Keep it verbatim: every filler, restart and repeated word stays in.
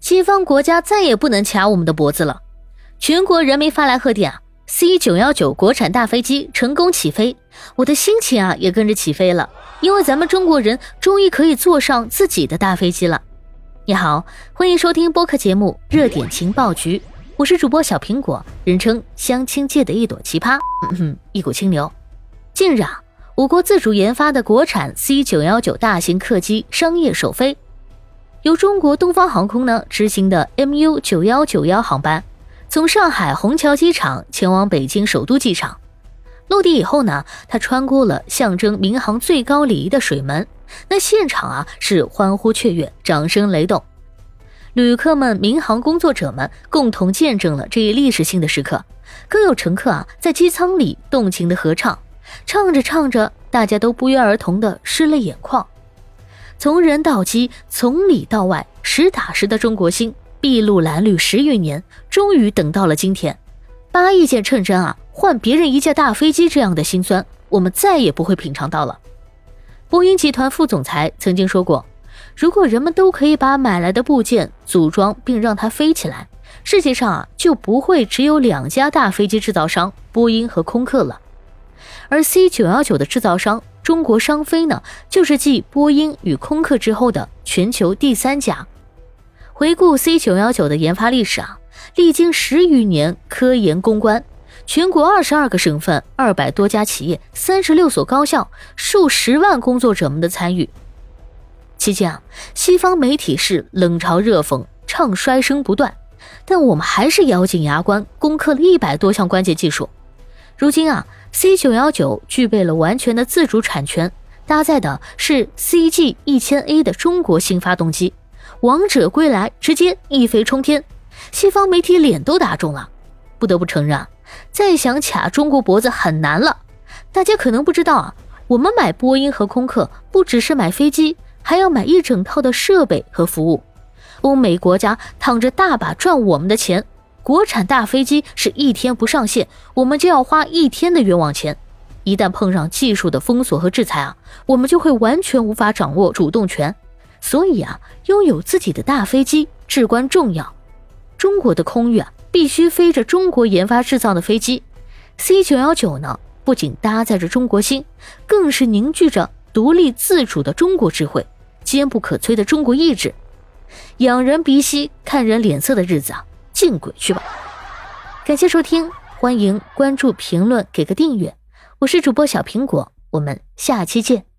西方国家再也不能卡我们的脖子了。全国人民发来贺电啊 ，C 九一九 国产大飞机成功起飞，我的心情啊也跟着起飞了，因为咱们中国人终于可以坐上自己的大飞机了。你好，欢迎收听播客节目《热点情报局》，我是主播小苹果，人称相亲界的一朵奇葩，嗯哼，一股清流。近日啊，我国自主研发的国产 C 九一九 大型客机商业首飞，由中国东方航空呢执行的 M U 九一九一航班，从上海虹桥机场前往北京首都机场。落地以后呢，它穿过了象征民航最高礼仪的水门，那现场啊是欢呼雀跃，掌声雷动。旅客们、民航工作者们共同见证了这一历史性的时刻，更有乘客啊在机舱里动情的合唱，唱着唱着，大家都不约而同的湿了眼眶。从人到机，从里到外，实打实的中国心，筚路蓝缕十余年，终于等到了今天。八亿件衬衫啊，换别人一架大飞机，这样的辛酸，我们再也不会品尝到了。波音集团副总裁曾经说过，如果人们都可以把买来的部件组装并让它飞起来，世界上啊就不会只有两家大飞机制造商，波音和空客了。而 C 九一九 的制造商中国商飞呢，就是继波音与空客之后的全球第三家。回顾 C 九一九 的研发历史啊，历经十余年科研攻关，全国二十二个省份、二百多家企业、三十六所高校、数十万工作者们的参与。期间啊，西方媒体是冷嘲热讽，唱衰声不断，但我们还是咬紧牙关，攻克了一百多项关键技术。如今啊 C 九一九 具备了完全的自主产权，搭载的是 C G 一千 A 的中国新发动机，王者归来，直接一飞冲天，西方媒体脸都打肿了。不得不承认啊，再想卡中国脖子很难了。大家可能不知道啊，我们买波音和空客不只是买飞机，还要买一整套的设备和服务。欧美国家躺着大把赚我们的钱，国产大飞机是一天不上线，我们就要花一天的冤枉钱。一旦碰上技术的封锁和制裁啊，我们就会完全无法掌握主动权。所以啊，拥有自己的大飞机至关重要。中国的空域啊，必须飞着中国研发制造的飞机。C 九一九 呢，不仅搭载着中国心，更是凝聚着独立自主的中国智慧，坚不可摧的中国意志。仰人鼻息，看人脸色的日子啊，见鬼去吧！感谢收听，欢迎关注、评论、给个订阅。我是主播小苹果，我们下期见。